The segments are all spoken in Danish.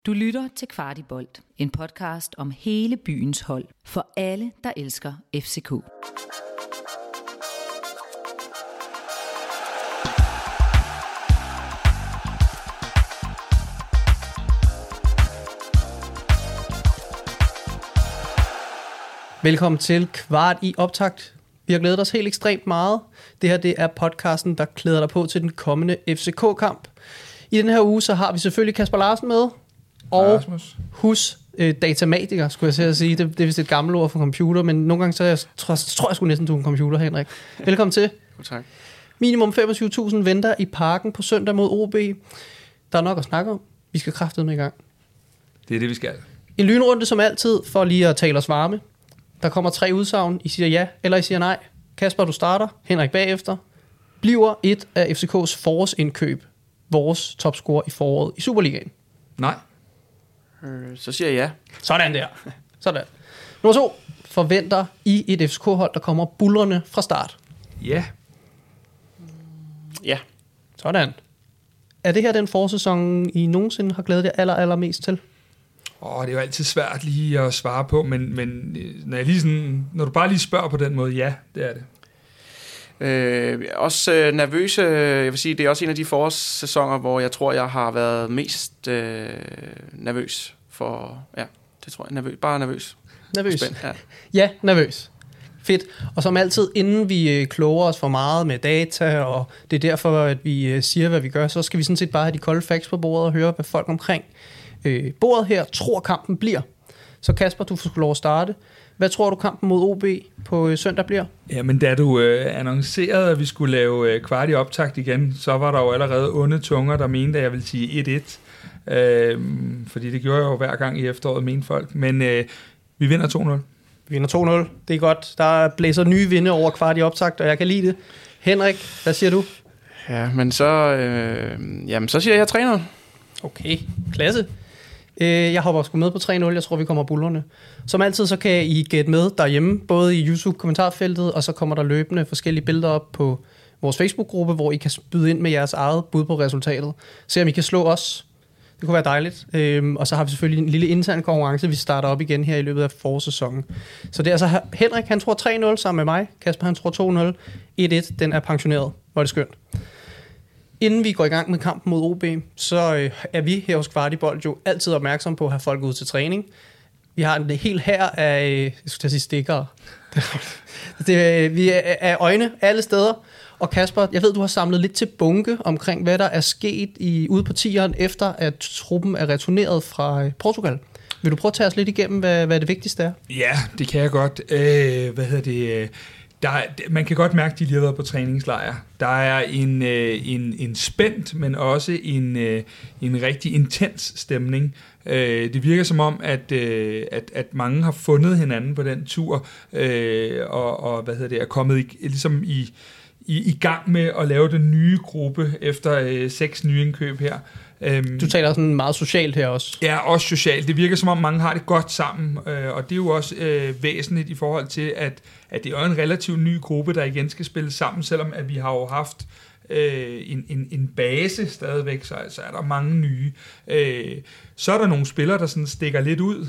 Du lytter til Kvartibolt, en podcast om hele byens hold, for alle, der elsker FCK. Velkommen til Kvart i optakt. Vi har glædet os helt ekstremt meget. Det her det er podcasten, der klæder dig på til den kommende FCK-kamp. I den her uge så har vi selvfølgelig Kasper Larsen med, og datamatiker, skulle jeg sige. Det er vist et gammelt ord for computer, men nogle gange så tror jeg sgu næsten, du er en computer, Henrik. Velkommen til. Tak. Minimum 25.000 venter i parken på søndag mod OB. Der er nok at snakke om. Vi skal kraftedeme i gang. Det er det, vi skal. En lynrunde som altid, for lige at tale os varme. Der kommer 3 udsagn. I siger ja, eller I siger nej. Kasper, du starter. Henrik bagefter. Bliver et af FCK's forårsindkøb vores topscorer i foråret i Superligaen? Nej. Så siger jeg ja. Sådan der. Sådan. Nummer 2. Forventer I et FCK-hold, der kommer buldrende fra start? Ja. Ja. Sådan. Er det her den forårssæson, I nogensinde har glædet jer allermest til? Det er jo altid svært lige at svare på, men når du bare lige spørger på den måde, ja, det er det. Også nervøse. Jeg vil sige, det er også en af de forårssæsoner, hvor jeg tror, jeg har været mest nervøs for. Ja, det tror jeg. Bare nervøs. Nervøs. Spændt, ja. Ja, nervøs. Fedt. Og som altid, inden vi kloger os for meget med data, og det er derfor, at vi siger, hvad vi gør, så skal vi sådan set bare have de kolde facts på bordet og høre, hvad folk omkring bordet her tror, kampen bliver. Så Kasper, du får lov at starte. Hvad tror du, kampen mod OB på søndag bliver? Jamen, da du annoncerede, at vi skulle lave kvart i optakt igen, så var der jo allerede onde tunger, der mente, at jeg ville sige 1-1. Fordi det gjorde jeg jo hver gang i efteråret, mente folk. Men vi vinder 2-0. Vi vinder 2-0. Det er godt. Der blæser nye vinde over kvart i optakt, og jeg kan lide det. Henrik, hvad siger du? Ja, men så siger jeg 3-0. Okay, klasse. Jeg hopper sgu med på 3-0. Jeg tror, vi kommer bullerne. Som altid, så kan I gætte med derhjemme, både i YouTube-kommentarfeltet, og så kommer der løbende forskellige billeder op på vores Facebook-gruppe, hvor I kan byde ind med jeres eget bud på resultatet. Se om I kan slå os. Det kunne være dejligt. Og så har vi selvfølgelig en lille intern konkurrence, vi starter op igen her i løbet af forårssæsonen. Så det er altså Henrik, han tror 3-0 sammen med mig. Kasper, han tror 2-0. 1-1, den er pensioneret. Hvor er det skønt. Inden vi går i gang med kampen mod OB, så er vi her hos Kvartibolt jo altid opmærksom på at have folk ud til træning. Vi har en hel hær af, jeg skulle sige stikkere. Vi er øjne alle steder. Og Kasper, jeg ved, du har samlet lidt til bunke omkring, hvad der er sket ude på tieren, efter at truppen er returneret fra Portugal. Vil du prøve at tage os lidt igennem, hvad det vigtigste er? Ja, det kan jeg godt. Man kan godt mærke, at de lige har været på træningslejr. Der er en spændt, men også en rigtig intens stemning. Det virker som om, at mange har fundet hinanden på den tur, og er kommet ligesom i gang med at lave den nye gruppe efter 6 nye indkøb her. Du taler sådan meget socialt her også. Ja, også socialt. Det virker som om mange har det godt sammen, og det er jo også væsentligt i forhold til, at det er en relativt ny gruppe, der igen skal spille sammen, selvom at vi har jo haft en base stadigvæk, så er der mange nye. Så er der nogle spillere, der sådan stikker lidt ud.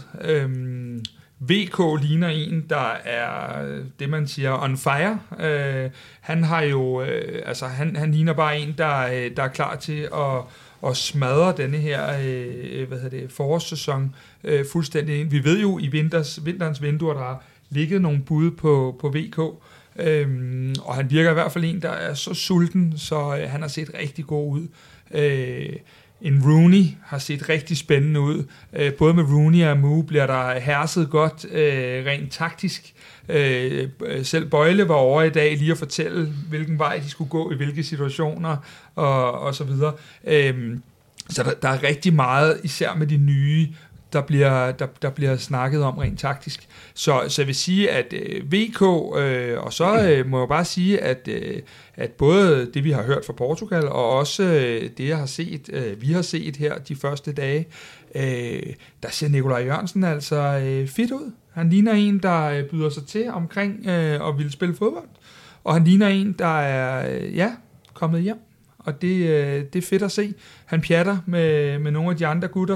VK ligner en, der er det, man siger, on fire. Han har jo, han ligner bare en, der er klar til at smadre denne her forårssæson fuldstændig ind. Vi ved jo i vinterens vinduer, der har ligget nogle bud på VK, og han virker i hvert fald en, der er så sulten, så han har set rigtig god ud. En Rooney har set rigtig spændende ud. Både med Rooney og Amu bliver der herset godt rent taktisk. Selv Bøjle var over i dag lige at fortælle, hvilken vej de skulle gå i hvilke situationer og så videre. Så der er rigtig meget, især med de nye, der bliver snakket om rent taktisk. Så jeg vil sige, at VK, og så må jeg bare sige, at både det, vi har hørt fra Portugal, og også det, vi har set her de første dage, der ser Nikolaj Jørgensen altså fit ud. Han ligner en, der byder sig til omkring og vil spille fodbold. Og han ligner en, der er kommet hjem. Og det er fedt at se. Han pjatter med nogle af de andre gutter,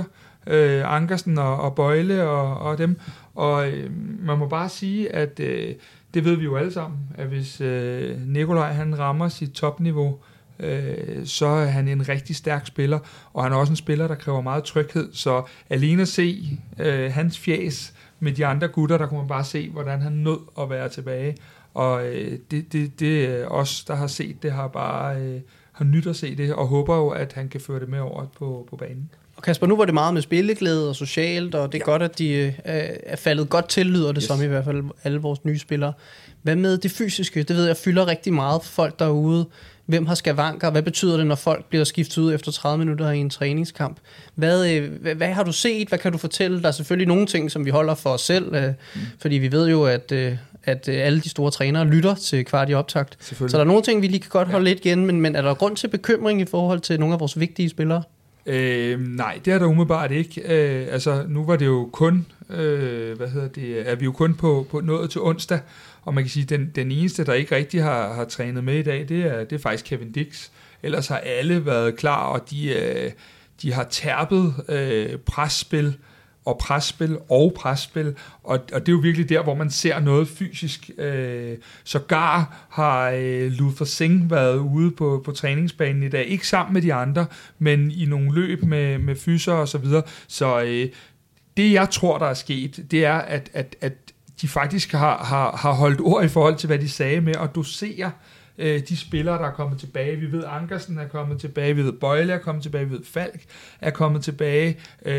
Ankersen og Bøjle og dem. Og man må bare sige, at det ved vi jo alle sammen, at hvis Nikolaj han rammer sit topniveau, så er han en rigtig stærk spiller, og han er også en spiller, der kræver meget tryghed, så alene at se hans fjæs med de andre gutter, der kunne man bare se, hvordan han nød at være tilbage, og det os, der har set det, har bare har nyt at se det, og håber jo, at han kan føre det med over på banen. Og Kasper, nu var det meget med spilleglæde og socialt, og det er godt, at de er faldet godt til, lyder det som i hvert fald alle vores nye spillere. Hvad med det fysiske? Det ved jeg fylder rigtig meget for folk derude. Hvem har skavanker? Hvad betyder det, når folk bliver skiftet ud efter 30 minutter i en træningskamp? Hvad har du set? Hvad kan du fortælle? Der er selvfølgelig nogle ting, som vi holder for os selv, fordi vi ved jo, at alle de store trænere lytter til Kvart i optakt. Så der er nogle ting, vi lige kan godt holde lidt igen, men er der grund til bekymring i forhold til nogle af vores vigtige spillere? Nej, det er der umiddelbart ikke. Altså, nu var det jo kun, er vi jo kun på nået til onsdag, og man kan sige, den eneste, der ikke rigtig har trænet med i dag, det er faktisk Kevin Dix. Ellers har alle været klar, og de har tærpet presspil, og presspil, og det er jo virkelig der, hvor man ser noget fysisk. Sågar har Luther Singh været ude på træningsbanen i dag, ikke sammen med de andre, men i nogle løb med fyser og så videre. Så det, jeg tror, der er sket, det er, at de faktisk har holdt ord i forhold til, hvad de sagde med at dosere de spillere, der er kommet tilbage. Vi ved, Ankersen er kommet tilbage, vi ved, Bøjle er kommet tilbage, vi ved, Falk er kommet tilbage.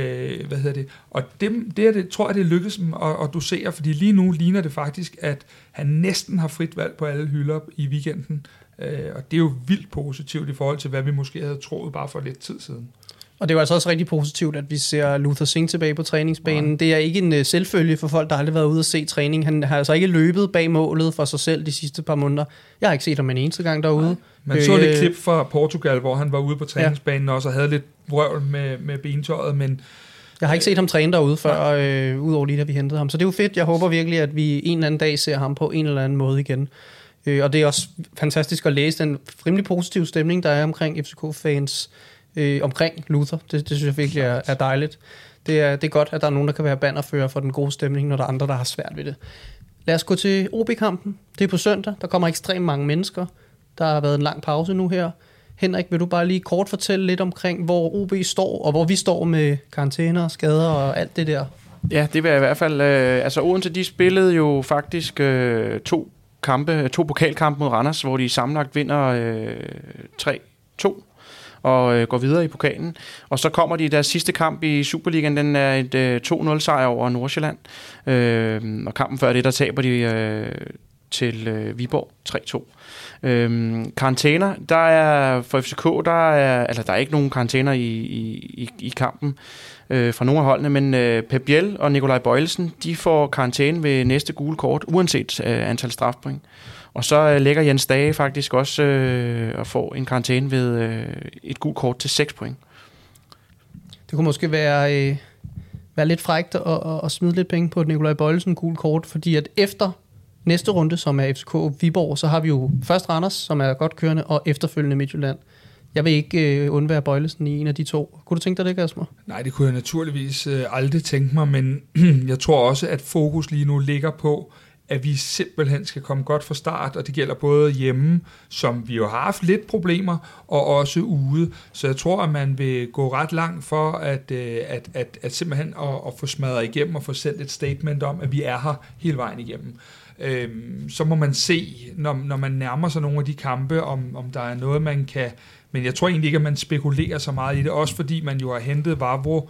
Og det tror jeg, det lykkes dem at dosere, fordi lige nu ligner det faktisk, at han næsten har frit valg på alle hylder i weekenden. Og det er jo vildt positivt i forhold til, hvad vi måske havde troet bare for lidt tid siden. Og det er jo altså også rigtig positivt, at vi ser Luther Singh tilbage på træningsbanen. Ja. Det er ikke en selvfølge for folk, der aldrig har været ude at se træning. Han har altså ikke løbet bag målet for sig selv de sidste par måneder. Jeg har ikke set ham en eneste gang derude. Nej. Man så lidt klip fra Portugal, hvor han var ude på træningsbanen også og havde lidt vrøvl med bentøjet, men jeg har ikke set ham træne derude før, udover lige da vi hentede ham. Så det er jo fedt. Jeg håber virkelig, at vi en eller anden dag ser ham på en eller anden måde igen. Og det er også fantastisk at læse den rimelig positive stemning, der er omkring FCK-fans omkring Luther. Det synes jeg virkelig er dejligt. Det er godt, at der er nogen, der kan være bannerfører for den gode stemning, når der er andre, der har svært ved det. Lad os gå til OB-kampen. Det er på søndag. Der kommer ekstremt mange mennesker. Der har været en lang pause nu her. Henrik, vil du bare lige kort fortælle lidt omkring, hvor OB står, og hvor vi står med karantæner, skader og alt det der? Ja, det vil jeg i hvert fald. Altså Odense, de spillede jo faktisk to pokalkampe mod Randers, hvor de sammenlagt vinder 3-2. Og går videre i pokalen. Og så kommer de i deres sidste kamp i Superligaen, den er et 2-0 sejr over Nordsjælland. Og kampen før det, der taber de til Viborg 3-2. Karantæner, der er for FCK, der er ikke nogen karantæner i kampen fra nogle af holdene, men Pep Biel og Nikolaj Bøjlesen, de får karantæne ved næste gule kort, uanset antal strafpoint. Og så lægger Jens Dage faktisk også og får en karantæne ved et gult kort til 6 point. Det kunne måske være lidt frækt at smide lidt penge på Nikolaj Bøjlesen gul kort, fordi at efter næste runde, som er FCK Viborg, så har vi jo først Randers, som er godt kørende, og efterfølgende Midtjylland. Jeg vil ikke undvære Bøjlesen i en af de to. Kunne du tænke dig det, Kasper? Nej, det kunne jeg naturligvis aldrig tænke mig, men jeg tror også, at fokus lige nu ligger på, at vi simpelthen skal komme godt fra start, og det gælder både hjemme, som vi jo har haft lidt problemer, og også ude. Så jeg tror, at man vil gå ret langt for at simpelthen at få smadret igennem og få sendt et statement om, at vi er her hele vejen igennem. Så må man se, når man nærmer sig nogle af de kampe, om der er noget, man kan. Men jeg tror egentlig ikke, at man spekulerer så meget i det, også fordi man jo har hentet Vavro,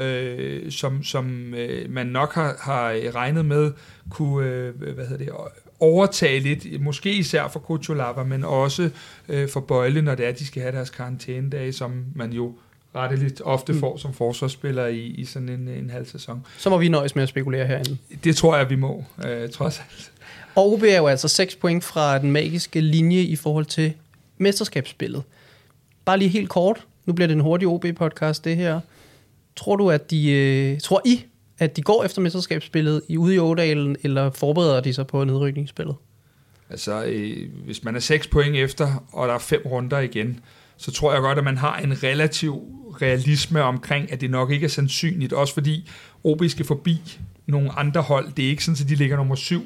som man nok har regnet med kunne overtage lidt, måske især for Kuchulava, men også for Bøjle, når det er, de skal have deres karantænedage, som man jo retteligt ofte får som forsvarsspiller i sådan en halv sæson. Så må vi nøjes med at spekulere herinde. Det tror jeg, vi må, trods alt. Og OB er jo altså 6 point fra den magiske linje i forhold til mesterskabsspillet. Bare lige helt kort. Nu bliver det en hurtig OB-podcast, det her. Tror I, at de går efter mesterskabsspillet ude i Ådalen, eller forbereder de sig på nedrykningsspillet? Altså, hvis man er 6 point efter, og der er 5 runder igen, så tror jeg godt, at man har en relativ realisme omkring, at det nok ikke er sandsynligt, også fordi OB skal forbi nogle andre hold. Det er ikke sådan, at de ligger nummer 7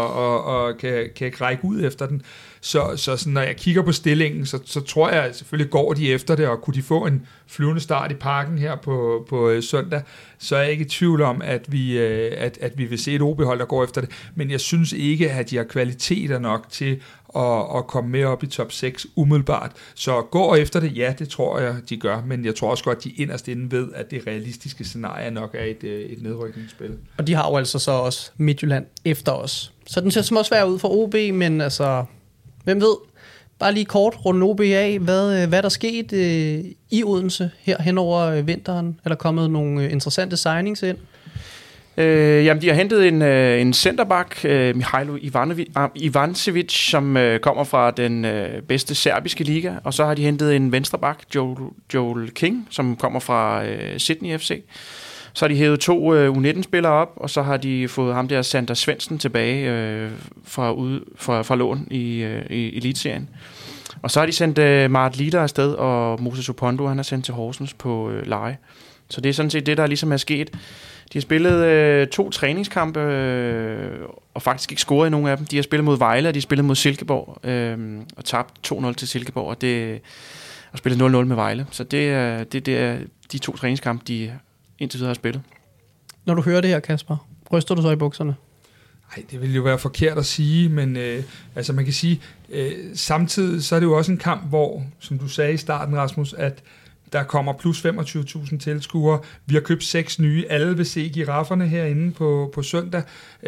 og kan række ud efter den. Så sådan, når jeg kigger på stillingen, så tror jeg, at selvfølgelig går de efter det, og kunne de få en flyvende start i Parken her på søndag, så er jeg ikke i tvivl om, at vi vil se et OB-hold, der går efter det. Men jeg synes ikke, at de har kvaliteter nok til at komme med op i top 6 umiddelbart. Så går efter det, ja, det tror jeg, de gør, men jeg tror også godt, at de inderst inde ved, at det realistiske scenarie nok er et nedrykningsspil. Og de har jo altså så også Midtjylland efter os. Så den ser som også svær ud for OB, men altså, hvem ved? Bare lige kort rundt OB af, hvad der sket i Odense her hen over vinteren? Er der kommet nogle interessante signings ind? Jamen, de har hentet en centerback, Mihailo Ivancevic, som kommer fra den bedste serbiske liga, og så har de hentet en venstreback, Joel King, som kommer fra Sydney FC. Så har de hævet 2 U19-spillere op, og så har de fået ham der Sander Svendsen tilbage fra lån i Elitserien. Og så har de sendt Mart Lider afsted, og Moses Opondo, han er sendt til Horsens på leje. Så det er sådan set det, der ligesom er sket. De har spillet 2 træningskampe, og faktisk ikke scoret i nogen af dem. De har spillet mod Vejle, og de har spillet mod Silkeborg, og tabt 2-0 til Silkeborg, og spillet 0-0 med Vejle. Så det er de 2 træningskampe, de indtil videre har spillet. Når du hører det her, Kasper, ryster du så i bukserne? Nej, det vil jo være forkert at sige, men altså man kan sige, samtidig så er det jo også en kamp, hvor, som du sagde i starten, Rasmus, at der kommer plus 25.000 tilskuere. Vi har købt 6 nye. Alle vil se girafferne herinde på søndag.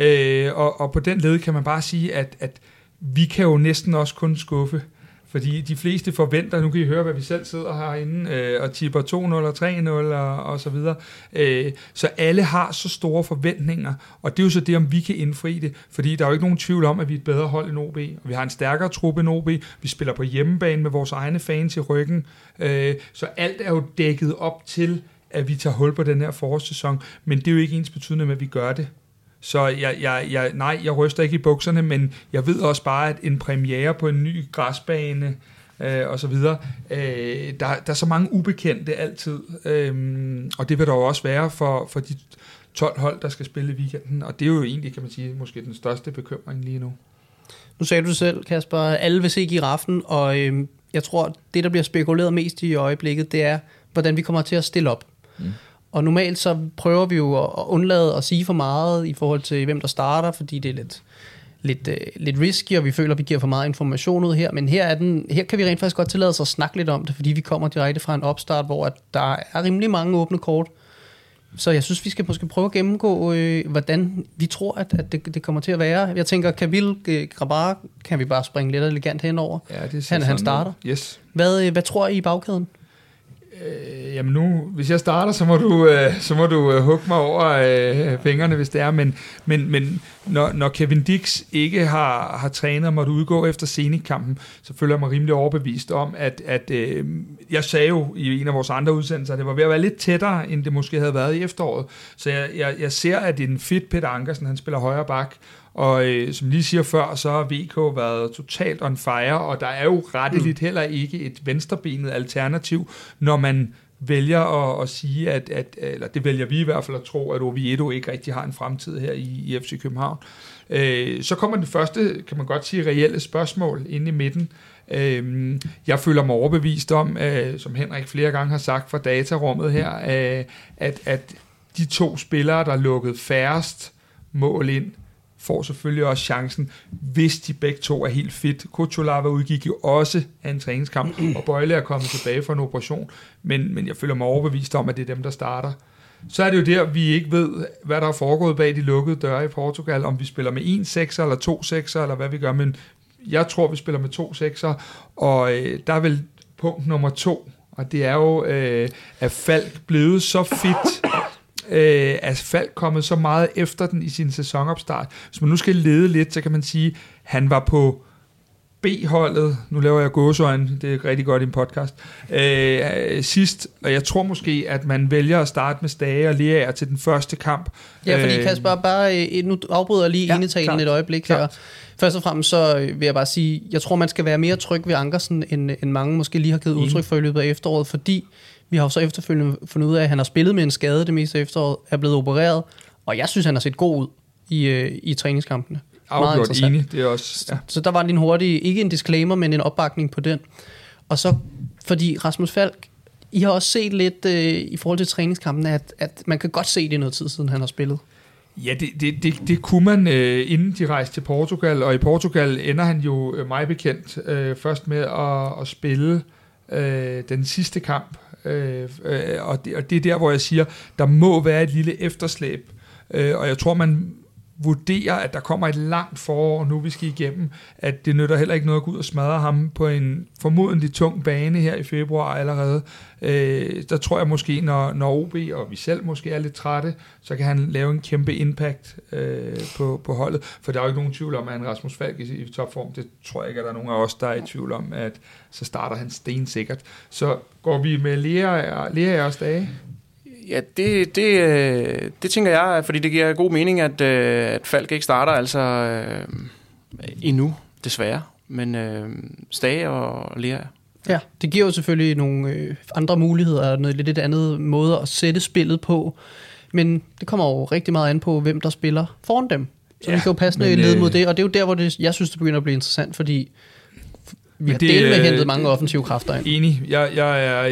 Og på den led kan man bare sige, at vi kan jo næsten også kun skuffe. Fordi de fleste forventer, nu kan I høre, hvad vi selv sidder herinde, og tipper 2-0 og 3-0 og så videre. Så alle har så store forventninger, og det er jo så det, om vi kan indfri det. Fordi der er jo ikke nogen tvivl om, at vi er et bedre hold end OB, og vi har en stærkere truppe end OB. Vi spiller på hjemmebane med vores egne fans i ryggen. Så alt er jo dækket op til, at vi tager hul på den her forårssæson, men det er jo ikke ens betydende med, at vi gør det. Så jeg ryster ikke i bukserne, men jeg ved også bare, at en premiere på en ny græsbane og så videre, der er så mange ubekendte altid, og det vil der jo også være for de 12 hold, der skal spille i weekenden, og det er jo egentlig, kan man sige, måske den største bekymring lige nu. Nu sagde du selv, Kasper, alle vil se giraffen, og jeg tror, det, der bliver spekuleret mest i øjeblikket, det er, hvordan vi kommer til at stille op. Og normalt så prøver vi jo at undlade at sige for meget i forhold til, hvem der starter, fordi det er lidt risky, og vi føler, at vi giver for meget information ud her. Men her kan vi rent faktisk godt tillade os at snakke lidt om det, fordi vi kommer direkte fra en opstart, hvor at der er rimelig mange åbne kort. Så jeg synes, vi skal måske prøve at gennemgå, hvordan vi tror, at det kommer til at være. Jeg tænker, Kabil Grabar kan vi bare springe lidt elegant henover. Ja, han starter. Yes. Hvad tror I i bagkæden? Jamen nu, hvis jeg starter, så må du hugge mig over fingrene, hvis det er. Men når Kevin Dix ikke har trænet og måtte udgå efter Zenit-kampen, så føler jeg mig rimelig overbevist om, at jeg sagde jo i en af vores andre udsendelser, at det var ved at være lidt tættere, end det måske havde været i efteråret. Så jeg ser, at det er en fit Peter Ankersen, han spiller højre bak. Og som lige siger før, så har VK været totalt on fire, og der er jo retteligt heller ikke et venstrebenet alternativ, når man vælger at sige, eller det vælger vi i hvert fald at tro, at Oviedo ikke rigtig har en fremtid her i FC København. Så kommer det første, kan man godt sige, reelle spørgsmål inde i midten. Jeg føler mig overbevist om, som Henrik flere gange har sagt fra datarummet her, at de 2 spillere, der lukkede færrest mål ind, får selvfølgelig også chancen, hvis de begge 2 er helt fit. Kuchulava udgik jo også af en træningskamp, og Bøjle er kommet tilbage fra en operation, men jeg føler mig overbevist om, at det er dem, der starter. Så er det jo der, vi ikke ved, hvad der er foregået bag de lukkede døre i Portugal, om vi spiller med 1 sekser eller 2 sekser, eller hvad vi gør, men jeg tror, vi spiller med 2 sekser, og der er vel punkt nummer 2, og det er jo, at Falk blevet så fit, Falk kommet så meget efter den i sin sæsonopstart. Hvis man nu skal lede lidt, så kan man sige, han var på B-holdet, nu laver jeg gåseøjne, det er rigtig godt i en podcast, sidst, og jeg tror måske, at man vælger at starte med Stage og Leaer til den første kamp. Ja, fordi Kasper, bare nu afbryder jeg lige enetalen et øjeblik her. Først og fremmest så vil jeg bare sige, jeg tror, man skal være mere tryg ved Ankersen, end mange måske lige har givet udtryk for i løbet af efteråret, fordi vi har jo så efterfølgende fundet ud af, at han har spillet med en skade det meste af efteråret, er blevet opereret, og jeg synes, han har set god ud i træningskampene. Afgjort enig, det er også. Ja. Så der var en hurtig, ikke en disclaimer, men en opbakning på den. Og så, fordi Rasmus Falk, I har også set lidt i forhold til træningskampen, at man kan godt se det i noget tid siden, han har spillet. Ja, det kunne man, inden de rejste til Portugal, og i Portugal ender han jo meget bekendt først med at spille den sidste kamp, og det er der, hvor jeg siger, der må være et lille efterslæb, og jeg tror, man vurderer, at der kommer et langt forår, nu vi skal igennem, at det nytter heller ikke noget at gå ud og smadre ham på en formodentlig tung bane her i februar allerede. Der tror jeg måske, når OB og vi selv måske er lidt trætte, så kan han lave en kæmpe impact på holdet, for der er jo ikke nogen tvivl om, at han Rasmus Falk i topform, det tror jeg ikke, at der er nogen af os, der er i tvivl om, at så starter han stensikkert. Så går vi med Leaer og Stage? Ja, det tænker jeg, fordi det giver god mening, at Falk ikke starter altså endnu, desværre. Men Stage og Leaer. Ja, det giver jo selvfølgelig nogle andre muligheder og lidt andet måde at sætte spillet på. Men det kommer jo rigtig meget an på, hvem der spiller foran dem. Så vi kan jo passende lede mod det, og det er jo der, hvor jeg synes, det begynder at blive interessant, fordi vi har delt med hentet mange offensive kræfter ind. Enig. Jeg er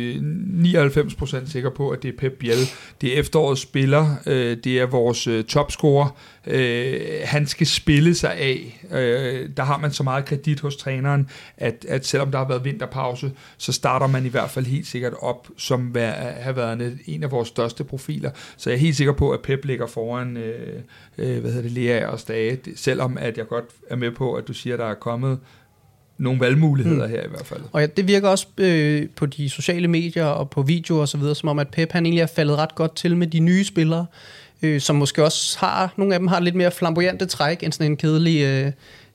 99% sikker på, at det er Pep Biel. Det er efterårets spiller. Det er vores topscorer. Han skal spille sig af. Der har man så meget kredit hos træneren, at selvom der har været vinterpause, så starter man i hvert fald helt sikkert op, som har været en af vores største profiler. Så jeg er helt sikker på, at Pep ligger foran Leaer og Stage, selvom at jeg godt er med på, at du siger, at der er kommet nogle valgmuligheder her i hvert fald. Og ja, det virker også på de sociale medier og på videoer og så videre, som om at Pep han egentlig er faldet ret godt til med de nye spillere, som måske også har, nogle af dem har lidt mere flamboyante træk end sådan en kedelig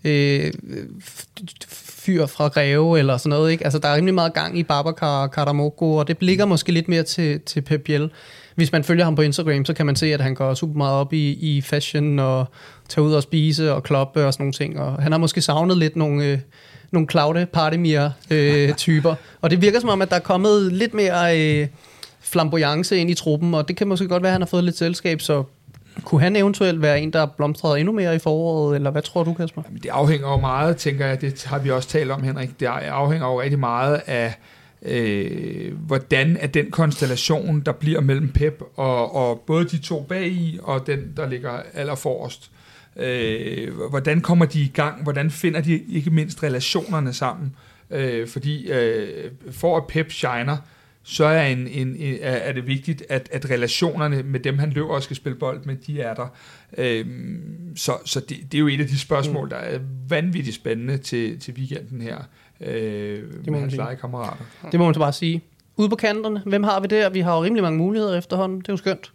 fyr fra Greve eller sådan noget, ikke? Altså der er rimelig meget gang i Babacar og Karamoko, og det ligger måske lidt mere til Pep Biel. Hvis man følger ham på Instagram, så kan man se, at han går super meget op i fashion og tager ud og spise og kloppe og sådan nogle ting, og han har måske savnet lidt nogle Claude Partemier-typer. Og det virker som om, at der er kommet lidt mere flamboyance ind i truppen, og det kan måske godt være, at han har fået lidt selskab, så kunne han eventuelt være en, der blomstrede endnu mere i foråret, eller hvad tror du, Kasper? Jamen, det afhænger jo meget, tænker jeg, det har vi også talt om, Henrik, det afhænger jo rigtig meget af, hvordan er den konstellation, der bliver mellem Pep og både de to bagi, og den, der ligger allerforrest. Hvordan kommer de i gang? Hvordan finder de ikke mindst relationerne sammen? Fordi for at Pep shiner, så er det vigtigt, at relationerne med dem, han løber og skal spille bold med, de er der. Så det er jo et af de spørgsmål, der er vanvittigt spændende til weekenden her med hans legekammerater. Det må man så bare sige. Ude på kanterne, hvem har vi der? Vi har jo rimelig mange muligheder efterhånden. Det er jo skønt.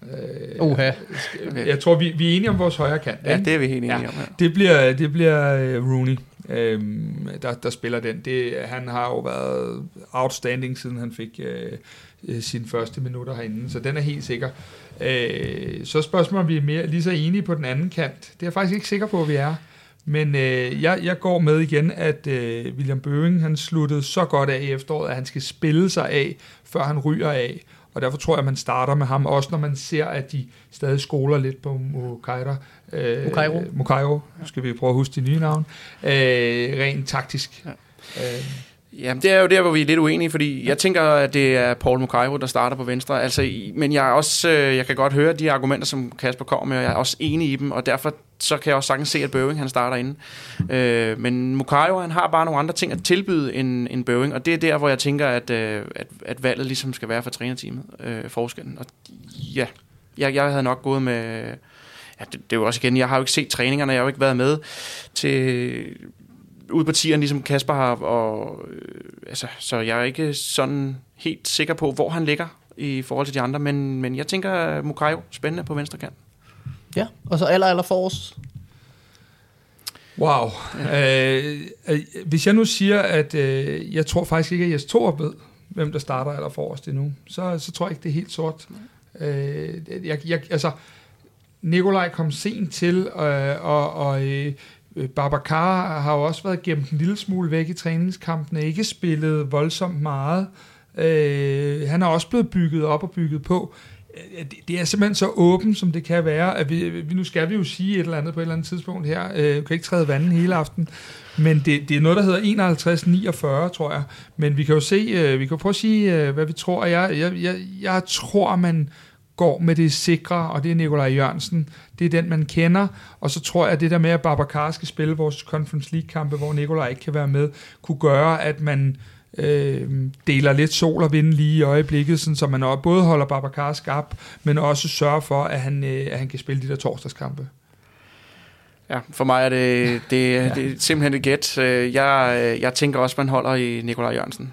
Jeg tror, vi er enige om vores højre kant. Ja, det er vi helt enige om. Ja. Det bliver Rooney, der spiller den. Han har jo været outstanding, siden han fik sine første minutter herinde, så den er helt sikker. Så spørgsmålet, om vi er mere lige så enige på den anden kant. Det er jeg faktisk ikke sikker på, at vi er. Men jeg går med igen, at William Bøving, han sluttede så godt af i efteråret, at han skal spille sig af, før han ryger af. Og derfor tror jeg, at man starter med ham, også når man ser, at de stadig skoler lidt på Mukairo. Nu skal vi prøve at huske de nye navn. Rent taktisk. Ja. Jamen, det er jo der, hvor vi er lidt uenige, fordi jeg tænker, at det er Paul Mukairo, der starter på venstre. Altså, men jeg er også, jeg kan godt høre de argumenter, som Kasper kommer med, og jeg er også enig i dem, og derfor så kan jeg også sagtens se, at Bøving, han starter inde. Men Mukairo, han har bare nogle andre ting at tilbyde end Bøving, og det er der, hvor jeg tænker, at valget ligesom skal være for trænerteamet, forskellen. Og ja, jeg havde nok gået med... Ja, det er jo også igen, jeg har jo ikke set træningerne, jeg har jo ikke været med til... ude på tieren, ligesom Kasper har, og så jeg er ikke sådan helt sikker på, hvor han ligger i forhold til de andre, men jeg tænker, Mukairo spændende på venstre kant. Ja, og så aller forrest. Wow. Hvis jeg nu siger, at jeg tror faktisk ikke, at Jes Torup ved, hvem der starter eller forrest endnu, så tror jeg ikke, det er helt sort. Altså, Nikolaj kom sent til, og Babacar har jo også været gemt en lille smule væk i træningskampene, ikke spillet voldsomt meget. Han er også blevet bygget op og bygget på. Det er simpelthen så åbent, som det kan være, at nu skal vi jo sige et eller andet på et eller andet tidspunkt her. Du kan ikke træde vandet hele aften, men det er noget, der hedder 51-49, tror jeg. Men vi kan jo se, vi kan prøve at sige, hvad vi tror. Jeg tror, man går med det sikre, og det er Nikolaj Jørgensen. Det er den, man kender. Og så tror jeg, at det der med, at Babacar skal spille vores Conference League-kampe, hvor Nikolaj ikke kan være med, kunne gøre, at man deler lidt sol og vind lige i øjeblikket, sådan, så man både holder Babacar skarp, men også sørger for, at han kan spille de der torsdagskampe. Ja, for mig er det er simpelthen et gæt. Jeg tænker også, man holder i Nikolaj Jørgensen.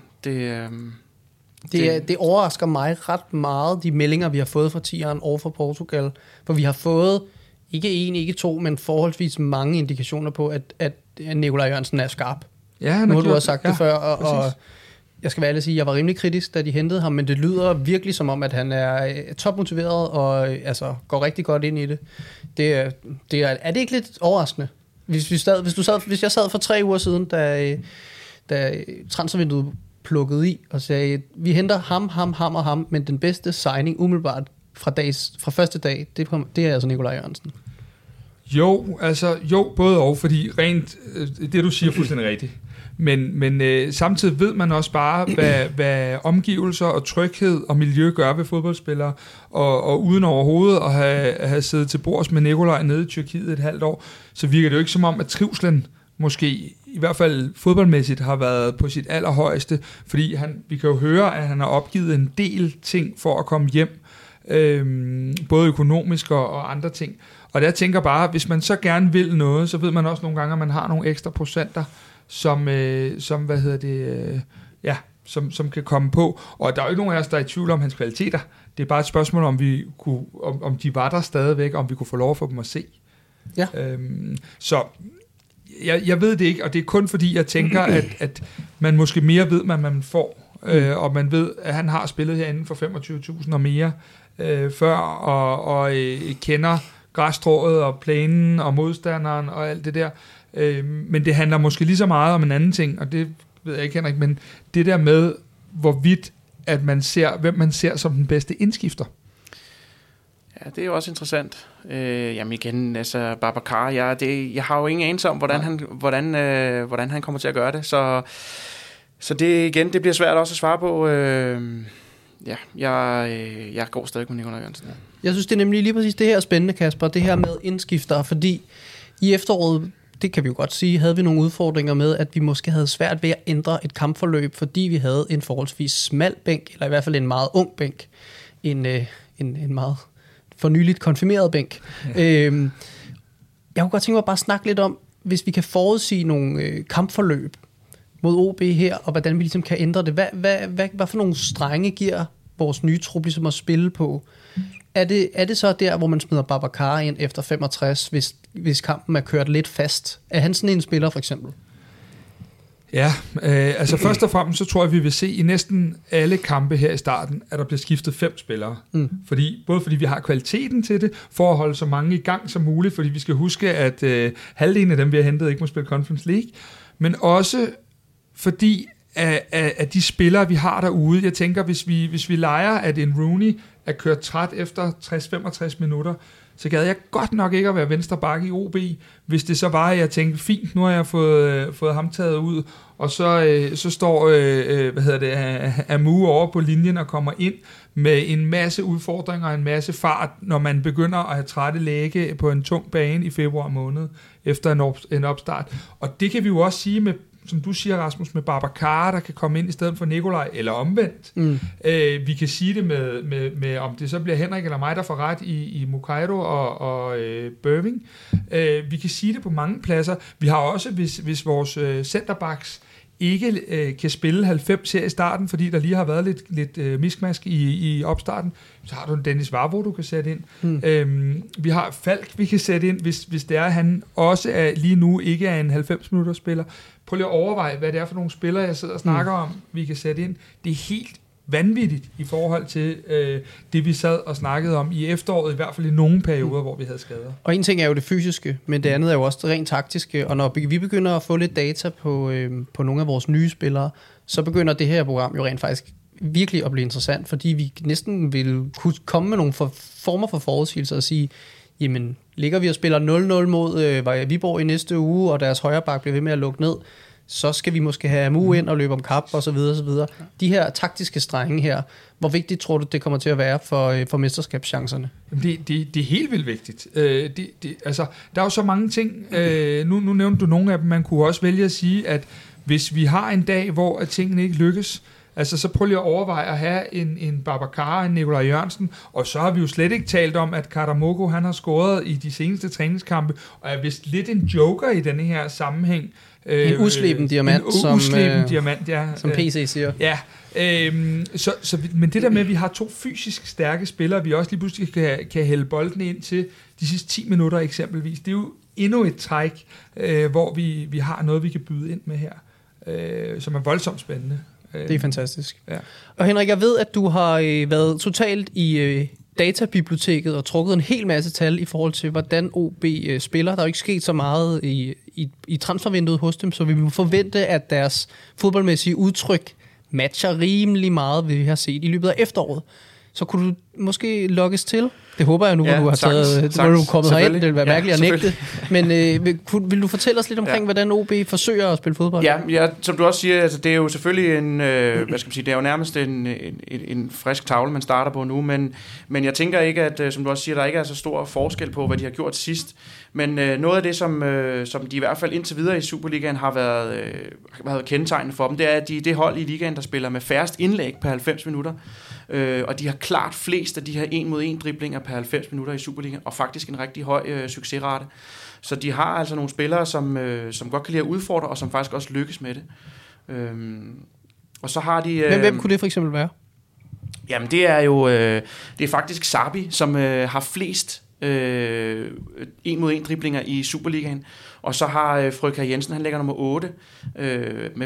Det overrasker mig ret meget, de meldinger, vi har fået fra tieren over for Portugal. For vi har fået ikke en, ikke to, men forholdsvis mange indikationer på, at Nikolaj Jørgensen er skarp. Ja, nu har du også sagt det før, og jeg skal være ærlig at sige, at jeg var rimelig kritisk, da de hentede ham, men det lyder virkelig som om, at han er topmotiveret og altså, går rigtig godt ind i det. Er det ikke lidt overraskende? Hvis jeg sad for 3 uger siden, da transfervinduet plukkede i og sagde, vi henter ham, men den bedste signing umiddelbart fra første dag, det er altså Nikolaj Jørgensen. Jo, både og, fordi rent, det du siger fuldstændig rigtigt. Men samtidig ved man også bare, hvad omgivelser og tryghed og miljø gør ved fodboldspillere, og uden overhovedet at have siddet til bords med Nikolaj nede i Tyrkiet et halvt år, så virker det jo ikke som om, at trivslen måske, i hvert fald fodboldmæssigt, har været på sit allerhøjeste, fordi vi kan jo høre, at han har opgivet en del ting for at komme hjem, både økonomisk og andre ting. Og der tænker bare, hvis man så gerne vil noget, så ved man også nogle gange, at man har nogle ekstra procenter, som kan komme på. Og der er jo ikke nogen af os, der er i tvivl om hans kvaliteter. Det er bare et spørgsmål, om de var der stadigvæk, om vi kunne få lov at få dem at se. Ja. Så jeg ved det ikke, og det er kun fordi, jeg tænker, at man måske mere ved, hvad man får. Og man ved, at han har spillet herinde for 25.000 og mere før, og kender græsstrået og planen og modstanderen og alt det der. Men det handler måske lige så meget om en anden ting, og det ved jeg ikke, Henrik, men det der med, hvorvidt at hvem man ser som den bedste indskifter. Ja, det er jo også interessant. Jamen igen, altså Babacar, jeg har jo ingen anelse om, hvordan han kommer til at gøre det, så det igen, det bliver svært også at svare på. Jeg går stadig med Nikolaj Jørgensen. Jeg synes, det er nemlig lige præcis det her spændende, Kasper, det her med indskifter, fordi i efteråret, det kan vi jo godt sige, havde vi nogle udfordringer med, at vi måske havde svært ved at ændre et kampforløb, fordi vi havde en forholdsvis smal bænk, eller i hvert fald en meget ung bænk, en meget for nyligt konfirmeret bænk. Ja. Jeg kunne godt tænke mig bare at snakke lidt om, hvis vi kan forudsige nogle kampforløb mod OB her, og hvordan vi ligesom kan ændre det. Hvad for nogle strenge giver vores nye trup ligesom at spille på? Er det så der, hvor man smider Babacar ind efter 65, hvis kampen er kørt lidt fast? Er han sådan en spiller for eksempel? Ja, altså først og fremmest så tror jeg, vi vil se i næsten alle kampe her i starten, at der bliver skiftet 5 spillere. Både fordi vi har kvaliteten til det, for at holde så mange i gang som muligt, fordi vi skal huske, at halvdelen af dem, vi har hentet, ikke må spille Conference League, men også fordi at de spillere, vi har derude, jeg tænker, hvis vi leger, at en Rooney er kørt træt efter 60-65 minutter, så gad jeg godt nok ikke at være venstre bakke i OB, hvis det så var, at jeg tænkte, fint, nu har jeg fået ham taget ud, og så står Amu over på linjen og kommer ind med en masse udfordringer og en masse fart, når man begynder at have trætte læge på en tung bane i februar måned, efter en opstart. Og det kan vi jo også sige med, som du siger, Rasmus, med Babacar, der kan komme ind i stedet for Nikolaj, eller omvendt. Vi kan sige det med om det så bliver Henrik eller mig, der får ret i Mukairo og Bøving. Vi kan sige det på mange pladser. Vi har også, hvis vores centerbacks ikke kan spille 90 her i starten, fordi der lige har været lidt miskmask i opstarten, så har du en Dennis Vavro, du kan sætte ind. Vi har Falk, vi kan sætte ind, hvis det er, at han også er, lige nu ikke er en 90 minutter spiller. Prøv lige at overveje, hvad det er for nogle spillere, jeg sidder og snakker om, vi kan sætte ind. Det er helt vanvittigt i forhold til det, vi sad og snakkede om i efteråret, i hvert fald i nogle perioder, hvor vi havde skader. Og en ting er jo det fysiske, men det andet er jo også det rent taktiske, og når vi begynder at få lidt data på nogle af vores nye spillere, så begynder det her program jo rent faktisk virkelig at blive interessant, fordi vi næsten vil kunne komme med nogle former for forudsigelser og sige, jamen, ligger vi og spiller 0-0 mod Viborg i næste uge, og deres højre bak bliver ved med at lukke ned, så skal vi måske have Amu ind og løbe om kap og så videre, så videre. De her taktiske strenge her, hvor vigtigt tror du, det kommer til at være for mesterskabschancerne? Det er helt vildt vigtigt. Altså, der er jo så mange ting. Nu nævnte du nogle af dem. Man kunne også vælge at sige, at hvis vi har en dag, hvor at tingene ikke lykkes, altså så prøv lige at overveje at have en Babacar, en Nikolaj Jørgensen, og så har vi jo slet ikke talt om, at Karamoko, han har scoret i de seneste træningskampe, og er vist lidt en joker i denne her sammenhæng. En usleben diamant, som PC siger. Ja, men det der med, at vi har 2 fysisk stærke spillere, vi også lige pludselig kan hælde bolden ind til de sidste 10 minutter eksempelvis, det er jo endnu et træk, hvor vi har noget, vi kan byde ind med her, som er voldsomt spændende. Det er fantastisk. Ja. Og Henrik, jeg ved, at du har været totalt i databiblioteket og trukket en hel masse tal i forhold til, hvordan OB spiller. Der er jo ikke sket så meget i transfervinduet hos dem, så vi må forvente, at deres fodboldmæssige udtryk matcher rimelig meget, vi har set i løbet af efteråret. Så kunne du måske lokkes til? Det håber jeg nu, hvor du har taget, hvor du er kommet herind. Det vil være mærkeligt at nægte. Men vil du fortælle os lidt omkring, hvordan OB forsøger at spille fodbold? Ja, som du også siger, altså, det er jo selvfølgelig en, hvad skal man sige, det er jo nærmest en frisk tavle, man starter på nu, men jeg tænker ikke, at, som du også siger, der ikke er så stor forskel på, hvad de har gjort sidst. Men noget af det, som de i hvert fald indtil videre i Superligaen har været kendetegnende for dem, det er, at de er det hold i ligaen, der spiller med færrest indlæg per 90 minutter. Og de har klart flest af de her 1-mod-1 driblinger per 90 minutter i Superligaen, og faktisk en rigtig høj succesrate. Så de har altså nogle spillere, som godt kan lide at udfordre, og som faktisk også lykkes med det. Og så har de... Men hvem kunne det for eksempel være? Jamen det er jo... det er faktisk Sabi, som har flest 1-mod-1 driblinger i Superligaen. Og så har Frøkær Jensen, han ligger nummer 8 med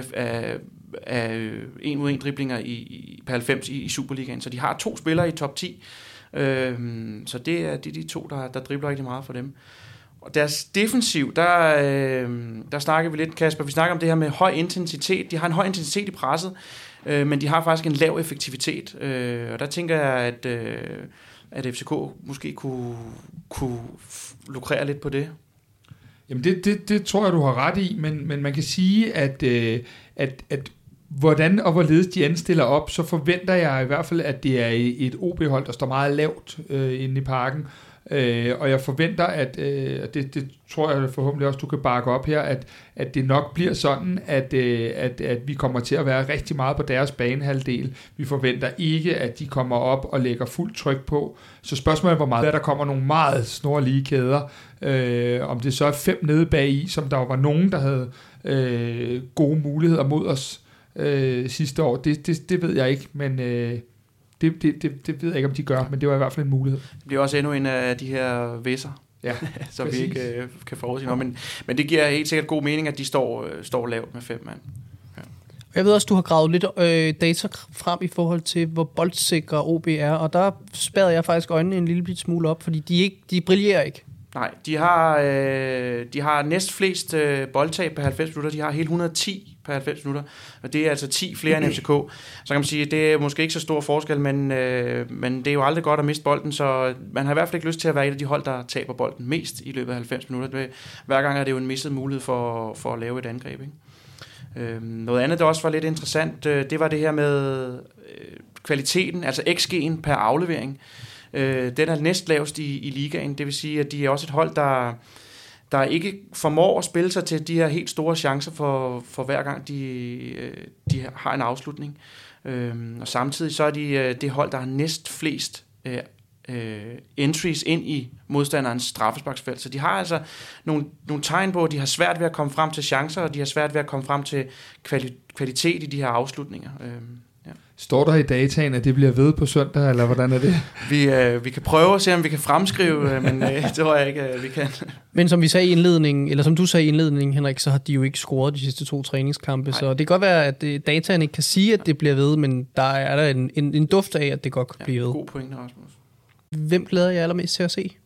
af 1-mod-1 driblinger per 90 i Superligaen. Så de har 2 spillere i top 10. Så det er de 2, der dribler rigtig meget for dem. Og deres defensiv, der snakker vi lidt, Kasper. Vi snakker om det her med høj intensitet. De har en høj intensitet i presset, men de har faktisk en lav effektivitet. Og der tænker jeg, at FCK måske kunne lukrere lidt på det. Jamen det tror jeg, du har ret i, men man kan sige, at hvordan og hvorledes de anstiller op, så forventer jeg i hvert fald, at det er et OB-hold, der står meget lavt inde i parken. Og jeg forventer, at det tror jeg forhåbentlig også, du kan bakke op her, at det nok bliver sådan, at vi kommer til at være rigtig meget på deres banehalvdel. Vi forventer ikke, at de kommer op og lægger fuldt tryk på. Så spørgsmålet er, hvor meget der kommer nogle meget snorlige kæder. Om det så er 5 nede bagi, som der var nogen, der havde gode muligheder mod os sidste år. Det ved jeg ikke, men... Det ved jeg ikke, om de gør, men det var i hvert fald en mulighed. Det bliver også endnu en af de her væsser, som vi ikke kan forudsige noget. Men det giver helt sikkert god mening, at de står lavt med 5 mand. Ja. Jeg ved også, du har gravet lidt data frem i forhold til, hvor boldsikre OB er, og der spærrede jeg faktisk øjnene en lille smule op, fordi de brillerer ikke. Nej, de har næst flest boldtab per 90 minutter. De har hele 110 per 90 minutter, og det er altså 10 flere end FCK. Så kan man sige, det er måske ikke så stor forskel, men det er jo aldrig godt at miste bolden, så man har i hvert fald ikke lyst til at være et af de hold, der taber bolden mest i løbet af 90 minutter. Hver gang er det jo en misset mulighed for at lave et angreb, ikke? Noget andet, der også var lidt interessant, det var det her med kvaliteten, altså XG'en per aflevering. Den er næstlavest i ligaen, det vil sige, at de er også et hold, der ikke formår at spille sig til de her helt store chancer for hver gang de har en afslutning. Og samtidig så er de det hold, der har næst flest entries ind i modstanderens straffesparksfelt. Så de har altså nogle tegn på, at de har svært ved at komme frem til chancer, og de har svært ved at komme frem til kvalitet i de her afslutninger. Ja. Står der i dataen, at det bliver ved på søndag, eller hvordan er det? Vi kan prøve at se, om vi kan fremskrive, men det tror jeg ikke, vi kan. Men som vi sagde i indledningen, eller som du sagde i indledningen, Henrik, så har de jo ikke scoret de sidste 2 træningskampe, så det kan godt være, at dataen ikke kan sige, at det bliver ved, men der er en duft af, at det godt kan blive ved. God pointe, Rasmus. Hvem glæder jeg allermest til at se?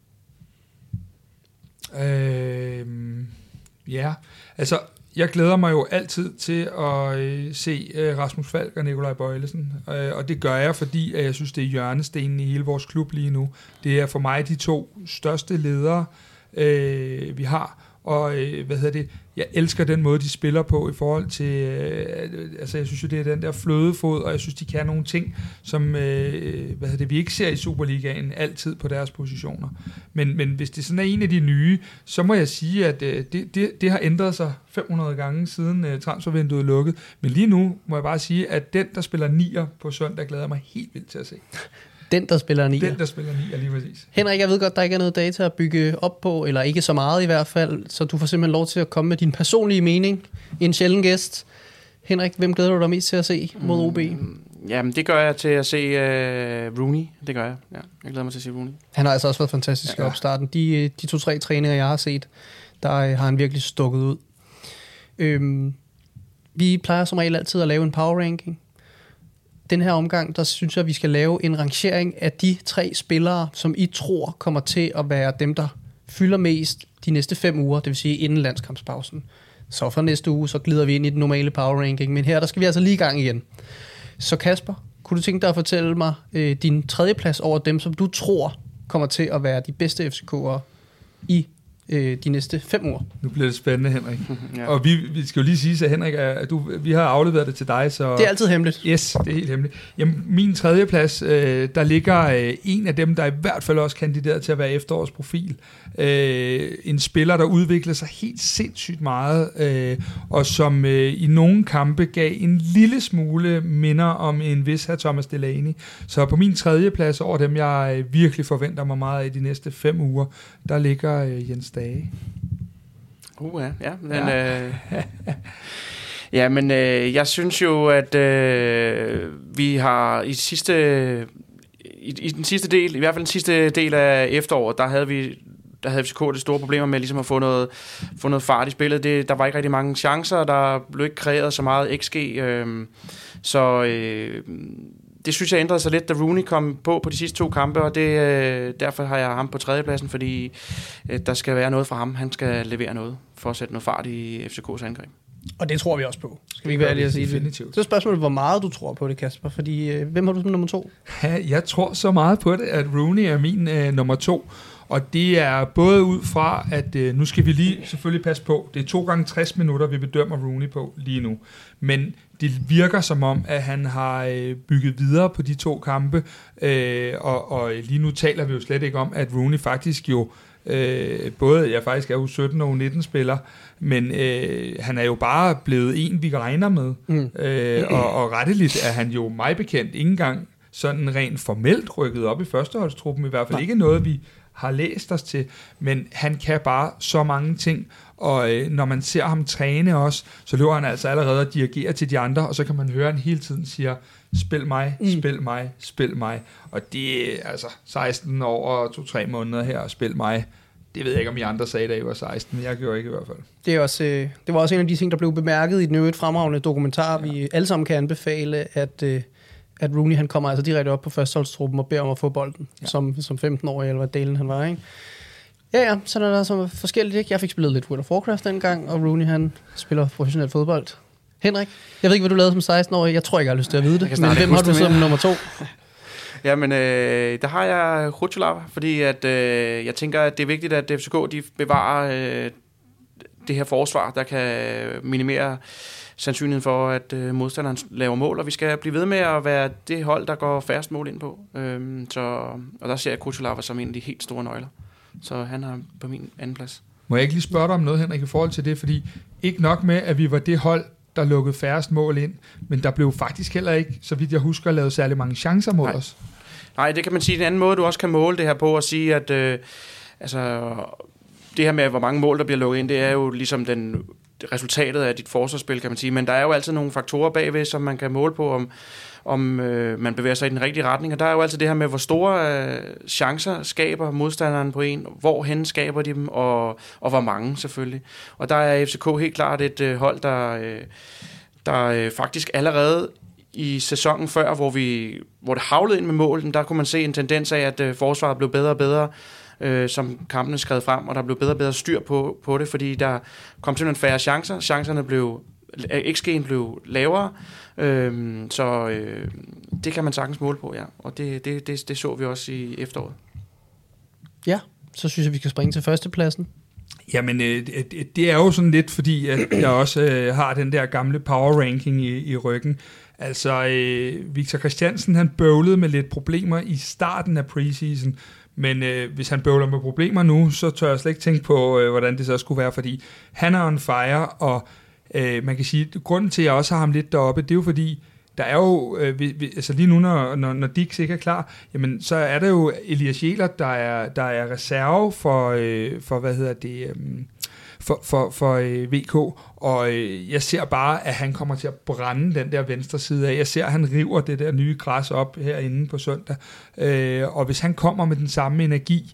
Ja, altså jeg glæder mig jo altid til at se Rasmus Falk og Nikolaj Bøjlesen, og det gør jeg, fordi jeg synes, det er hjørnestenen i hele vores klub lige nu. Det er for mig de 2 største ledere, vi har, og jeg elsker den måde, de spiller på i forhold til, altså jeg synes jo, det er den der flødefod, og jeg synes, de kan nogle ting, som vi ikke ser i Superligaen altid på deres positioner. Men hvis det sådan er en af de nye, så må jeg sige, at det har ændret sig 500 gange siden transfervinduet lukket. Men lige nu må jeg bare sige, at den, der spiller 9'er på søndag, glæder mig helt vildt til at se. Den, der spiller 9'er. Den, der spiller 9'er, lige præcis. Henrik, jeg ved godt, der ikke er noget data at bygge op på, eller ikke så meget i hvert fald, så du får simpelthen lov til at komme med din personlige mening. En sjælden gæst. Henrik, hvem glæder du dig mest til at se mod OB? Jamen, det gør jeg til at se Rooney. Det gør jeg. Ja, jeg glæder mig til at se Rooney. Han har altså også været fantastisk i opstarten. De 2-3 træninger, jeg har set, der har han virkelig stukket ud. Vi plejer som regel altid at lave en power ranking. Den her omgang, der synes jeg, vi skal lave en rangering af de 3 spillere, som I tror kommer til at være dem, der fylder mest de næste 5 uger, det vil sige inden landskampspausen. Så for næste uge, så glider vi ind i den normale power ranking, men her, der skal vi altså lige i gang igen. Så Kasper, kunne du tænke dig at fortælle mig din 3. plads over dem, som du tror kommer til at være de bedste FCK'ere i de næste 5 uger? Nu bliver det spændende, Henrik. Ja. Og vi skal jo lige sige, at Henrik, vi har afleveret det til dig. Så det er altid hemmeligt. Yes, det er helt hemmeligt. Jamen, min 3. plads, der ligger en af dem, der i hvert fald også kandideret til at være efterårets profil. En spiller, der udvikler sig helt sindssygt meget, og som i nogle kampe gav en lille smule minder om en vis her Thomas Delaney. Så på min 3. plads over dem, jeg virkelig forventer mig meget af de næste 5 uger, der ligger Jens Dage. Men jeg synes jo, at vi har i den sidste del, i hvert fald den sidste del af efteråret, der havde FCK det store problemer med ligesom at få noget fart i spillet. Der var ikke rigtig mange chancer, der blev ikke kreeret så meget XG, det synes jeg ændrede sig lidt, da Rooney kom på de sidste 2 kampe, og derfor har jeg ham på 3. pladsen, fordi der skal være noget fra ham. Han skal levere noget for at sætte noget fart i FCK's angreb. Og det tror vi også på. Skal vi ikke være ærlige at sige det? Så er spørgsmålet, hvor meget du tror på det, Kasper, fordi hvem har du som nummer 2? Jeg tror så meget på det, at Rooney er min nummer 2. Og det er både ud fra, at nu skal vi lige selvfølgelig passe på, det er 2 gange 60 minutter, vi bedømmer Rooney på lige nu. Men det virker som om, at han har bygget videre på de 2 kampe, og lige nu taler vi jo slet ikke om, at Rooney faktisk jo, både jeg faktisk er jo 17 og 19 spiller, men han er jo bare blevet en, vi regner med. Og retteligt er han jo mig bekendt ikke engang sådan rent formelt rykket op i førsteholdstruppen, i hvert fald ikke noget, vi har læst os til, men han kan bare så mange ting, og når man ser ham træne også, så løber han altså allerede at dirigere til de andre, og så kan man høre, at han hele tiden siger, spil mig, spil mig, spil mig, og det er altså 16 år og 2-3 måneder her, og spil mig. Det ved jeg ikke, om I andre sagde, da I var 16, men jeg gjorde ikke i hvert fald. Det var også en af de ting, der blev bemærket i den øvrigt fremragende dokumentar, vi alle sammen kan anbefale, at Rooney han kommer altså direkte op på førsteholdstruppen og beder om at få bolden, som 15-årig, eller hvad delen han var, ikke? Ja, sådan er der så forskelligt, ikke? Jeg fik spillet lidt World of Warcraft dengang, og Rooney han spiller professionel fodbold. Henrik, jeg ved ikke, hvad du lavede som 16-årig. Jeg tror ikke, jeg har lyst til at vide det, men hvem har du som nummer 2? Jamen, der har jeg Khrusjtsov, fordi at, jeg tænker, at det er vigtigt, at FCK de bevarer det her forsvar, der kan minimere sandsynligheden for, at modstanderen laver mål, og vi skal blive ved med at være det hold, der går færrest mål ind på. Og der ser jeg Khrusjtsov som en af de helt store nøgler. Så han er på min 2. plads. Må jeg ikke lige spørge dig om noget, Henrik, i forhold til det? Fordi ikke nok med, at vi var det hold, der lukkede færrest mål ind, men der blev faktisk heller ikke, så vidt jeg husker, lavet særlig mange chancer mod os. Nej, det kan man sige. En anden måde, du også kan måle det her på, at sige, at det her med, hvor mange mål, der bliver lukket ind, det er jo ligesom resultatet af dit forsvarsspil, kan man sige. Men der er jo altid nogle faktorer bagved, som man kan måle på, om man bevæger sig i den rigtige retning. Og der er jo altid det her med, hvor store chancer skaber modstanderen på en, hvorhen skaber de dem, og hvor mange selvfølgelig. Og der er FCK helt klart et hold, der faktisk allerede i sæsonen før, hvor det havlede ind med mål, der kunne man se en tendens af, at forsvaret blev bedre og bedre, som kampene skred frem, og der blev bedre og bedre styr på det, fordi der kom simpelthen færre chancer. Chancerne XG'en blev lavere, så det kan man sagtens måle på, ja. Og det så vi også i efteråret. Ja, så synes jeg, vi kan springe til førstepladsen. Jamen, det er jo sådan lidt, fordi at jeg også har den der gamle power ranking i ryggen. Altså, Victor Christiansen, han bøvlede med lidt problemer i starten af preseason, men hvis han bøvler med problemer nu, så tør jeg slet ikke tænke på, hvordan det så skulle være, fordi han er on fire, og man kan sige, at grunden til, at jeg også har ham lidt deroppe, det er jo fordi, der er jo, altså lige nu, når Dix ikke er klar, jamen, så er der jo Elias Jæler, der er reserve for hvad hedder det, for VK, og jeg ser bare, at han kommer til at brænde den der venstre side af. Jeg ser, at han river det der nye græs op herinde på søndag, og hvis han kommer med den samme energi,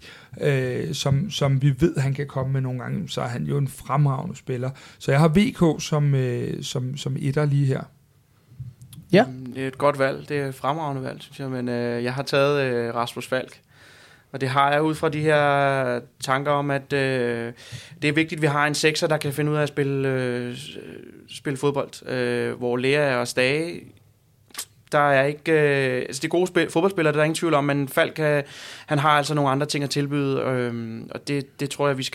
som vi ved, han kan komme med nogle gange, så er han jo en fremragende spiller. Så jeg har VK som etter lige her. Ja. Det er et godt valg. Det er et fremragende valg, synes jeg, men jeg har taget Rasmus Falk. Og det har jeg ud fra de her tanker om, at det er vigtigt, at vi har en sekser, der kan finde ud af at spille fodbold. Hvor Lea og Stage, der er ikke... altså det er gode fodboldspillere, der er ingen tvivl om, men Falk, han har altså nogle andre ting at tilbyde, og det tror jeg,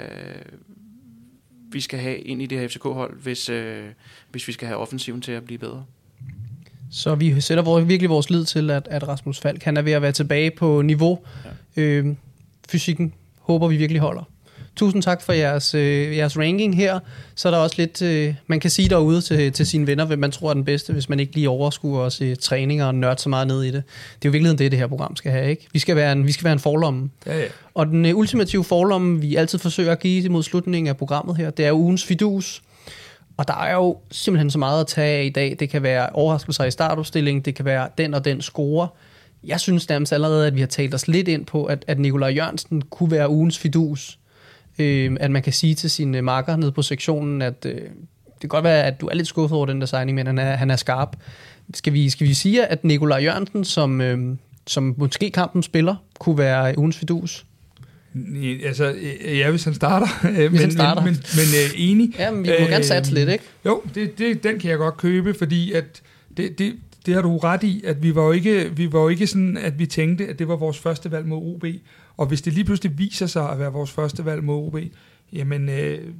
vi skal have ind i det her FCK-hold, hvis vi skal have offensiven til at blive bedre. Så vi sætter virkelig vores lid til, at Rasmus Falk, han er ved at være tilbage på niveau. Ja. Fysikken håber vi virkelig holder. Tusind tak for jeres ranking her. Så er der også lidt, man kan sige derude til sine venner, hvem man tror er den bedste, hvis man ikke lige overskuer os i træninger og nørder så meget ned i det. Det er jo virkelig det her program skal have, ikke? Vi skal være en forlomme. Ja. Og den ultimative forlomme, vi altid forsøger at give mod slutningen af programmet her, det er ugens fidus. Og der er jo simpelthen så meget at tage af i dag. Det kan være overraskelser i startopstilling, det kan være den og den score. Jeg synes nærmest allerede, at vi har talt os lidt ind på, at Nikolaj Jørgensen kunne være ugens fidus. At man kan sige til sine marker nede på sektionen, at det kan godt være, at du er lidt skuffet over den der signing, men han er skarp. Skal vi sige, at Nikolaj Jørgensen, som måske kampen spiller, kunne være ugens fidus? Altså, ja, hvis han starter. Men enig. Ja, men vi må gerne satse lidt, ikke? Jo, den kan jeg godt købe, fordi at det har du ret i, at vi var jo ikke sådan, at vi tænkte, at det var vores første valg mod OB. Og hvis det lige pludselig viser sig at være vores første valg mod OB, jamen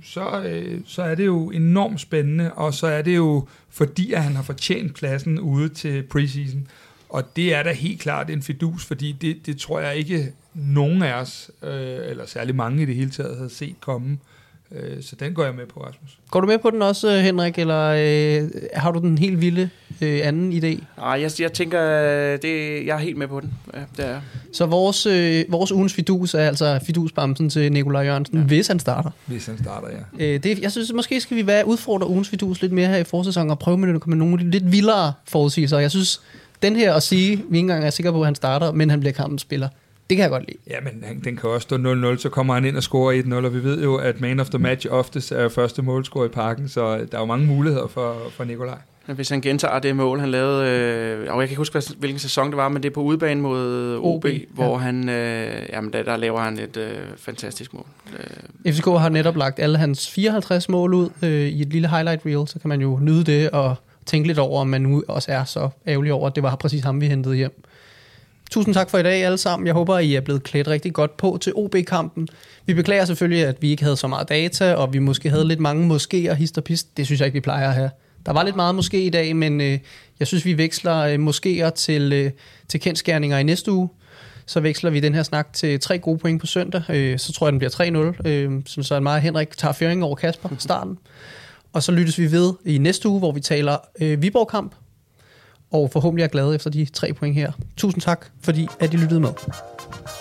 så er det jo enormt spændende, og så er det jo fordi, at han har fortjent pladsen ude til preseason. Og det er da helt klart en fidus, fordi det tror jeg ikke nogen af os, eller særlig mange i det hele taget, havde set komme. Så den går jeg med på, Rasmus. Går du med på den også, Henrik, eller har du den helt vilde anden idé? Nej, jeg tænker, jeg er helt med på den. Ja, det er. Så vores ugens fidus er altså fidusbamsen til Nikolaj Jørgensen, hvis han starter. Hvis han starter, ja. Jeg synes, måske skal vi udfordre ugens fidus lidt mere her i forsæsonen, og prøve med nogle lidt vildere forudsigelser. Jeg synes, den her at sige, vi ikke engang er sikre på, at han starter, men han bliver kampens spiller. Det kan jeg godt lide. Ja, men den kan også stå 0-0, så kommer han ind og scorer 1-0, og vi ved jo, at man of the match oftest er første målscorer i Parken, så der er jo mange muligheder for Nikolaj. Hvis han gentager det mål, han lavede, og jeg kan ikke huske, hvilken sæson det var, men det er på udebane mod OB, hvor han, der laver han et fantastisk mål. FCK har netop lagt alle hans 54 mål ud i et lille highlight reel, så kan man jo nyde det og tænke lidt over, om man nu også er så ærgerlig over, at det var præcis ham, vi hentede hjem. Tusind tak for i dag alle sammen. Jeg håber, I er blevet klædt rigtig godt på til OB-kampen. Vi beklager selvfølgelig, at vi ikke havde så meget data, og vi måske havde lidt mange moskéer, hist og pist. Det synes jeg ikke, vi plejer at have. Der var lidt meget måske i dag, men jeg synes, vi veksler moskéer til kendsgerninger i næste uge. Så veksler vi den her snak til 3 gode point på søndag. Så tror jeg, den bliver 3-0. Så meget Henrik tager føringen over Kasper starten. Og så lyttes vi ved i næste uge, hvor vi taler Viborg-kamp. og forhåbentlig er glade efter de 3 point her. Tusind tak, fordi at I lyttede med.